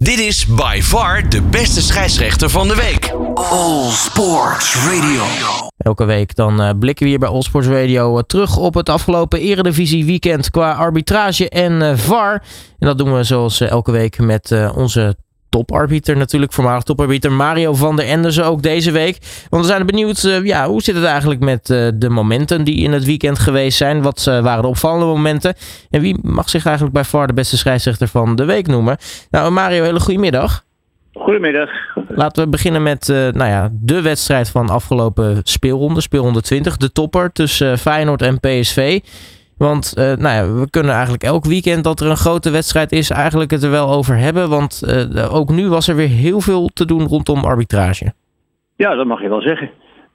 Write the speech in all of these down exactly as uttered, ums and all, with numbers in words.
Dit is by far de beste scheidsrechter van de week. All Sports Radio. Elke week dan uh, blikken we hier bij All Sports Radio uh, terug op het afgelopen Eredivisie weekend qua arbitrage en uh, V A R. En dat doen we zoals uh, elke week met uh, onze toparbiter natuurlijk, voormalig toparbiter Mario van der Ende, ook deze week. Want we zijn benieuwd, uh, ja, hoe zit het eigenlijk met uh, de momenten die in het weekend geweest zijn? Wat uh, waren de opvallende momenten? En wie mag zich eigenlijk bij V A R de beste scheidsrechter van de week noemen? Nou, Mario, hele goede middag. Goedemiddag. Laten we beginnen met uh, nou ja, de wedstrijd van afgelopen speelronde, speelronde twintig. De topper tussen uh, Feyenoord en P S V. Want uh, nou ja, we kunnen eigenlijk elk weekend dat er een grote wedstrijd is eigenlijk het er wel over hebben. Want uh, ook nu was er weer heel veel te doen rondom arbitrage. Ja, dat mag je wel zeggen.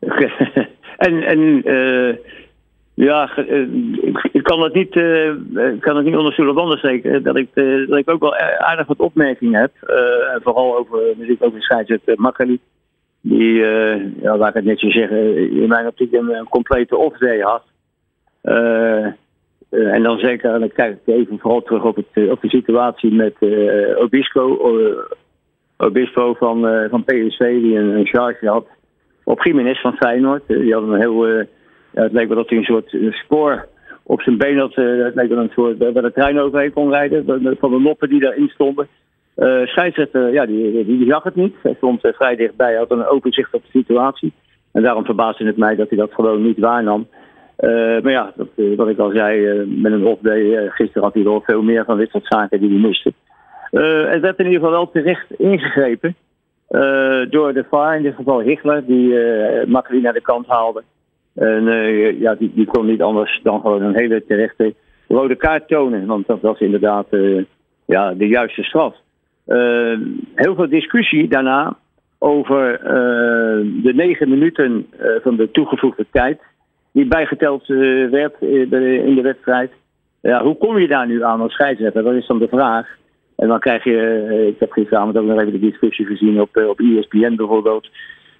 en en uh, ja, uh, ik, ik kan het niet, uh, ik kan het niet onder stoel of ander steken. Dat ik, uh, dat ik ook wel aardig wat opmerkingen heb. Uh, vooral over natuurlijk ook de scheidsrechter Makkeli. Die, uh, ja, laat ik het netjes zeggen, in mijn optiek een, een complete off-day had. Uh, Uh, en dan zeker, en dan kijk ik even vooral terug op, het, op de situatie met uh, Obispo, uh, Obispo van, uh, van P S V, die een, een charge had op Gimenez van Feyenoord. Uh, die had een heel, uh, ja, het leek wel dat hij een soort uh, spoor op zijn been had. Uh, het leek wel een soort, uh, waar de trein overheen kon rijden, van de noppen die daarin stonden. Uh, scheidsrechter, ja, die, die, die zag het niet. Hij stond uh, vrij dichtbij, had een open zicht op de situatie. En daarom verbaasde het mij dat hij dat gewoon niet waarnam. Uh, maar ja, dat, uh, wat ik al zei, uh, met een off-day, uh, gisteren had hij wel veel meer van dit soort zaken die hij miste. Uh, het werd in ieder geval wel terecht ingegrepen uh, door de V A R, in dit geval Hichler, die uh, Makkeli naar de kant haalde. En uh, ja, die, die kon niet anders dan gewoon een hele terechte rode kaart tonen, want dat was inderdaad uh, ja, de juiste straf. Uh, heel veel discussie daarna over uh, de negen minuten uh, van de toegevoegde tijd die bijgeteld uh, werd uh, in de wedstrijd. Ja, hoe kom je daar nu aan als scheidsrechter? Dat is dan de vraag. En dan krijg je, uh, ik heb gisteravond ook nog even de discussie gezien op, uh, op E S P N bijvoorbeeld.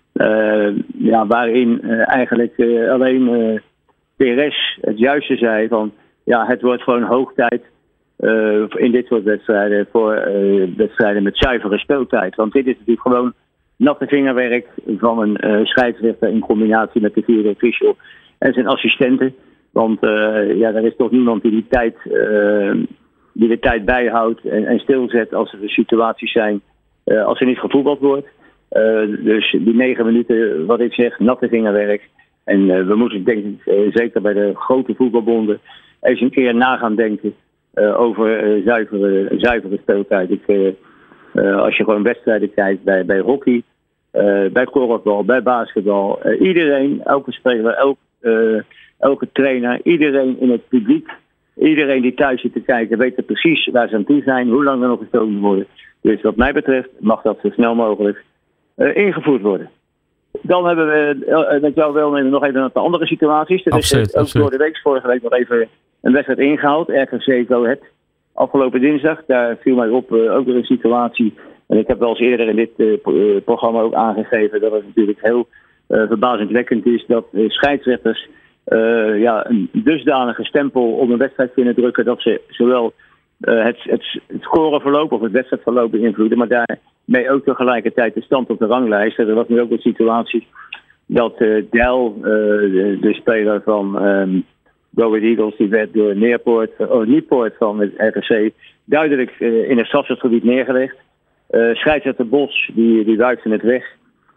Uh, ja, waarin uh, eigenlijk uh, alleen uh, Perez het juiste zei van, ja, het wordt gewoon hoog tijd uh, in dit soort wedstrijden voor uh, wedstrijden met zuivere speeltijd. Want dit is natuurlijk gewoon natte vingerwerk van een uh, scheidsrechter in combinatie met de vierde official en zijn assistenten. Want uh, ja, er is toch niemand die die tijd, uh, die de tijd bijhoudt en, en stilzet als er de situaties zijn, uh, als er niet gevoetbald wordt. Uh, dus die negen minuten, wat ik zeg, natte vingerwerk. En uh, we moeten denk ik, uh, zeker bij de grote voetbalbonden, eens een keer na gaan denken uh, over uh, zuivere, zuivere speeltijd. Ik, uh, uh, als je gewoon wedstrijden kijkt bij, bij hockey, uh, bij korfbal, bij basketbal. Uh, iedereen, elke speler, elk Uh, elke trainer, iedereen in het publiek, iedereen die thuis zit te kijken, weet er precies waar ze aan toe zijn, hoe lang er nog gestoken moet worden. Dus wat mij betreft mag dat zo snel mogelijk uh, ingevoerd worden. Dan hebben we, uh, met jou wel nog even naar de andere situaties. Er absoluut, is uh, ook absoluut. door de week, vorige week nog even een wedstrijd ingehaald, R K C Go Ahead. Afgelopen dinsdag, daar viel mij op uh, ook weer een situatie. En ik heb wel eens eerder in dit uh, programma ook aangegeven dat het natuurlijk heel Uh, verbazingwekkend is dat uh, scheidsrechters uh, ja, een dusdanige stempel op een wedstrijd kunnen drukken dat ze zowel uh, het, het, het scoreverloop of het wedstrijdverloop beïnvloeden, maar daarmee ook tegelijkertijd de stand op de ranglijst. Er was nu ook een situatie dat uh, Del, uh, de, de speler van um, Go Ahead Eagles, die werd door Neerpoort, oh, Niepoort van het R K C duidelijk uh, in het strafschopgebied neergelegd. Uh, scheidsrechter Bos, die, die wuifde het weg.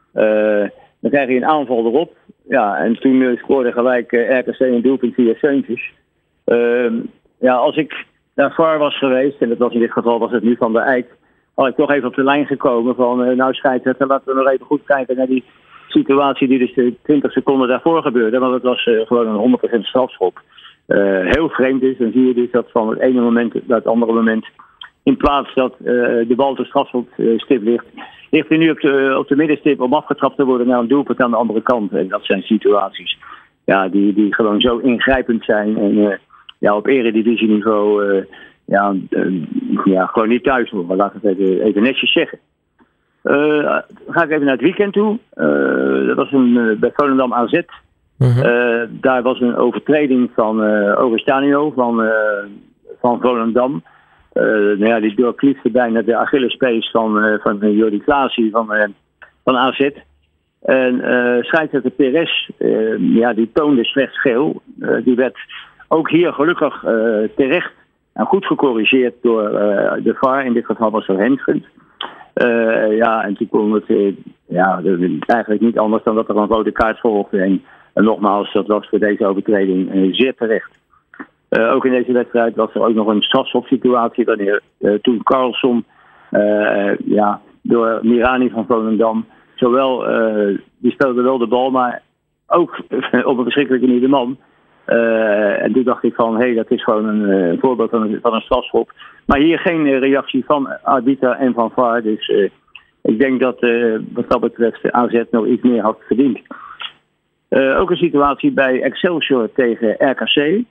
Uh, Dan krijg je een aanval erop. Ja, en toen uh, scoorde gelijk uh, R K C een doelpunt via Seuntjes. Uh, ja, als ik naar V A R was geweest, en dat was in dit geval was het nu Van der Eyck, had ik toch even op de lijn gekomen van, uh, nou scheidsrechter, laten we nog even goed kijken naar die situatie die dus de twintig seconden daarvoor gebeurde. Want het was uh, gewoon een honderd procent strafschop. Uh, heel vreemd is, dan zie je dus dat van het ene moment naar het andere moment, in plaats dat uh, de bal op de strafschopstip ligt, ligt hij nu op de, op de middenstip om afgetrapt te worden naar een doelpunt aan de andere kant. En dat zijn situaties ja, die, die gewoon zo ingrijpend zijn. En uh, ja, op eredivisieniveau uh, ja, uh, ja, gewoon niet thuis horen. Laat ik het even, even netjes zeggen. Uh, dan ga ik even naar het weekend toe. Uh, dat was een, uh, bij Volendam A Z. Mm-hmm. Uh, daar was een overtreding van uh, Overstanio van, uh, van Volendam. Uh, nou ja, die doorkliefde bijna de Achillespees van, uh, van uh, Jordi Klaasie van, uh, van A Z. En uh, scheidsrechter Perez, uh, ja, die toonde slechts geel. Uh, die werd ook hier gelukkig uh, terecht en goed gecorrigeerd door uh, de V A R. In dit geval was het Hensgen. Uh, ja, en toen kon het uh, ja, eigenlijk niet anders dan dat er een rode kaart volgde. En, en nogmaals, dat was voor deze overtreding uh, zeer terecht. Uh, ook in deze wedstrijd was er ook nog een strafschopsituatie wanneer uh, toen Carlson uh, ja, door Mirani van Volendam zowel, uh, die speelde wel de bal, maar ook op een verschrikkelijke nieuwe man. Uh, en toen dacht ik van, hé, hey, dat is gewoon een uh, voorbeeld van een, van een strafschop. Maar hier geen uh, reactie van arbiter en van V A R. Dus uh, ik denk dat uh, wat dat betreft A Z nog iets meer had verdiend. Uh, ook een situatie bij Excelsior tegen R K C.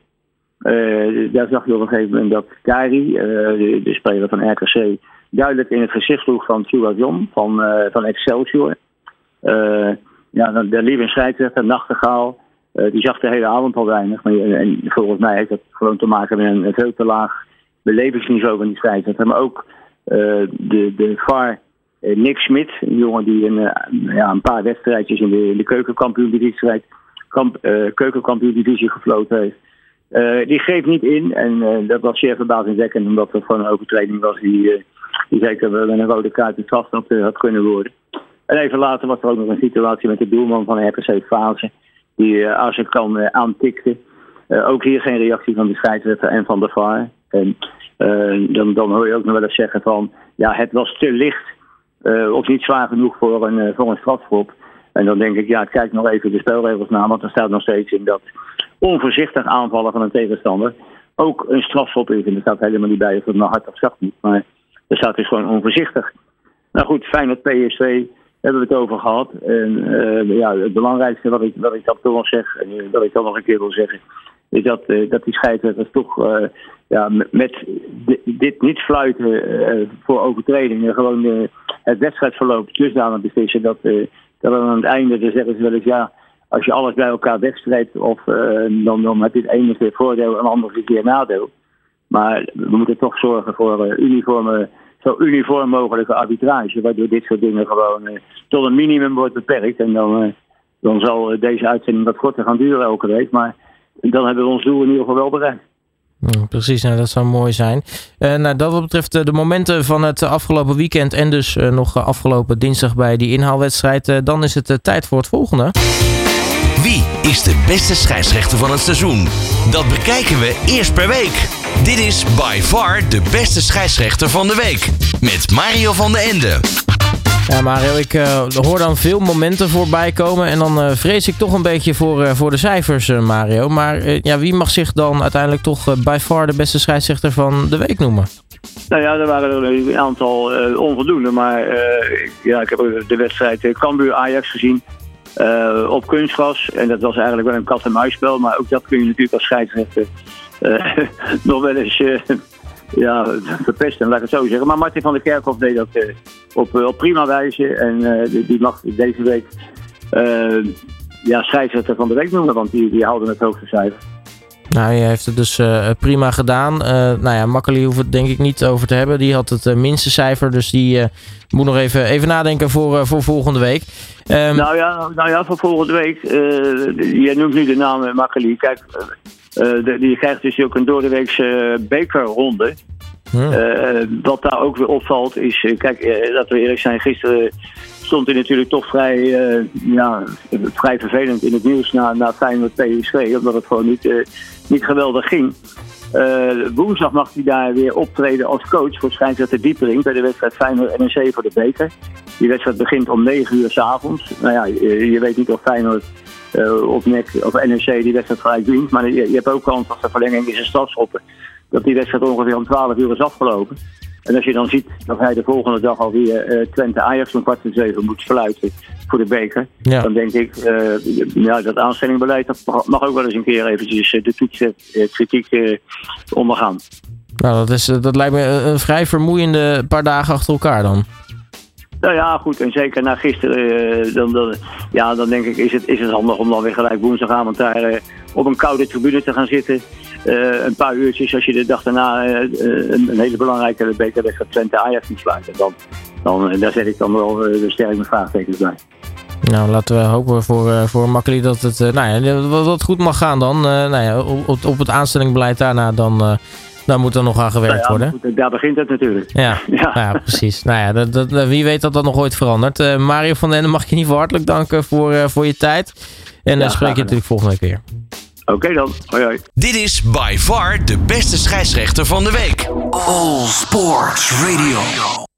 Uh, daar zag je op een gegeven moment dat Kari, uh, de, de speler van R K C, duidelijk in het gezicht sloeg van Tjouadjon van, uh, van Excelsior. Uh, ja, daar liep een scheidsrechter, Nachtegaal. Uh, die zag de hele avond al weinig. Maar, uh, en volgens mij heeft dat gewoon te maken met een, een veel te laag belevingsniveau van die scheidsrechter. Maar ook uh, de, de V A R, uh, Nick Smit, een jongen die een, uh, ja, een paar wedstrijdjes in de, in de keukenkampioen-divisie kamp, uh, keukenkampioen-divisie gefloten heeft. Uh, die greep niet in en uh, dat was zeer verbazingwekkend omdat het gewoon een overtreding was die, uh, die zeker wel met een rode kaart de strafstap uh, had kunnen worden. En even later was er ook nog een situatie met de doelman van R K C Fase die uh, Azarkan uh, aantikte. Uh, ook hier geen reactie van de scheidsrechter en van de V A R. En uh, dan, dan hoor je ook nog wel eens zeggen van ja, het was te licht uh, of niet zwaar genoeg voor een, uh, voor een strafschop. En dan denk ik, ja, kijk nog even de spelregels na, want er staat nog steeds in dat onvoorzichtig aanvallen van een tegenstander ook een strafschop is. En er staat helemaal niet bij of het nou hard of zacht niet, maar er staat dus gewoon onvoorzichtig. Nou goed, Feyenoord P S V hebben we het over gehad. En uh, ja, het belangrijkste wat ik, wat ik dan toch nog zeg, en uh, dat ik dan nog een keer wil zeggen, is dat, uh, dat die scheidsrechters toch uh, ja, met, met dit niet fluiten uh, voor overtredingen, gewoon uh, het wedstrijdverloop dusdanig beslissen dat, uh, dat aan het einde, dan zeggen ze wel eens, ja, als je alles bij elkaar wegstreept, of uh, dan, dan heb je het ene keer voordeel en het andere keer nadeel. Maar we moeten toch zorgen voor uh, uniforme, zo uniform mogelijke arbitrage, waardoor dit soort dingen gewoon uh, tot een minimum wordt beperkt. En dan, uh, dan zal uh, deze uitzending wat korter gaan duren elke week, maar dan hebben we ons doel in ieder geval wel bereikt. Ja, precies, nou, dat zou mooi zijn. Uh, nou, dat wat betreft uh, de momenten van het uh, afgelopen weekend en dus uh, nog uh, afgelopen dinsdag bij die inhaalwedstrijd, uh, dan is het uh, tijd voor het volgende. Wie is de beste scheidsrechter van het seizoen? Dat bekijken we eerst per week. Dit is by far de beste scheidsrechter van de week. Met Mario van den Ende. Ja, Mario, ik uh, hoor dan veel momenten voorbij komen en dan uh, vrees ik toch een beetje voor, uh, voor de cijfers, uh, Mario. Maar uh, ja, wie mag zich dan uiteindelijk toch uh, by far de beste scheidsrechter van de week noemen? Nou ja, er waren er een aantal uh, onvoldoende, maar uh, ja, ik heb de wedstrijd uh, Cambuur-Ajax gezien. Uh, op kunstgras. En dat was eigenlijk wel een kat-en-muisspel. Maar ook dat kun je natuurlijk als scheidsrechter uh, nog wel eens uh, ja, verpesten, laat ik het zo zeggen. Maar Martin van der Kerkhof deed dat uh, op, uh, op prima wijze. En uh, die, die mag deze week uh, ja, scheidsrechter van de week noemen. Want die, die haalde het hoogste cijfer. Nou, hij heeft het dus uh, prima gedaan. Uh, nou ja, Makkeli hoeft het denk ik niet over te hebben. Die had het uh, minste cijfer, dus die uh, moet nog even, even nadenken voor, uh, voor volgende week. Um, nou, ja, nou ja, voor volgende week. Uh, jij noemt nu de naam uh, Makkeli. Kijk, uh, de, die krijgt dus ook een doordeweekse uh, bekerronde. Hmm. Uh, wat daar ook weer opvalt is, uh, kijk, uh, dat we eerlijk zijn, gisteren stond hij natuurlijk toch vrij, uh, ja, vrij vervelend in het nieuws na, na Feyenoord P S V, omdat het gewoon niet, uh, niet geweldig ging. Uh, woensdag mag hij daar weer optreden als coach voor scheidsrechter Diepering bij de wedstrijd Feyenoord N E C voor de beker. Die wedstrijd begint om negen uur 's avonds. Nou ja, je, je weet niet of Feyenoord uh, of N E C of N E C die wedstrijd gelijk wint, maar je, je hebt ook kans als de verlenging is een strafschoppen, dat die wedstrijd ongeveer om twaalf uur is afgelopen. En als je dan ziet dat hij de volgende dag alweer uh, Twente Ajax om kwart voor zeven moet fluiten voor de beker, ja. Dan denk ik, uh, ja, dat aanstellingbeleid dat mag ook wel eens een keer eventjes uh, de toets uh, kritiek uh, ondergaan. Nou, dat, is, dat lijkt me een, een vrij vermoeiende paar dagen achter elkaar dan. Nou ja, goed. En zeker na gisteren, uh, dan, dan, ja, dan denk ik is het, is het handig om dan weer gelijk woensdagavond daar uh, op een koude tribune te gaan zitten. uh, een paar uurtjes als je de dag daarna uh, een, een hele belangrijke bekerwedstrijd Twente Ajax moet sluiten. Dan, dan, daar zet ik dan wel uh, sterk mijn vraagtekens bij. Nou, laten we hopen voor, uh, voor Makkeli dat het uh, nou ja, wat, wat goed mag gaan dan. Uh, nou ja, op, op het aanstellingbeleid daarna dan... Uh, Daar moet er nog aan gewerkt nou ja, worden. Goed, daar begint het natuurlijk. Ja, ja. Nou ja precies. Nou ja, dat, dat, wie weet dat dat nog ooit verandert. Uh, Mario van den Ende, mag ik je niet voor hartelijk danken voor, uh, voor je tijd. En ja, uh, spreek je natuurlijk volgende week weer. Oké okay dan. Hoi hoi. Dit is by far de beste scheidsrechter van de week. All Sports Radio.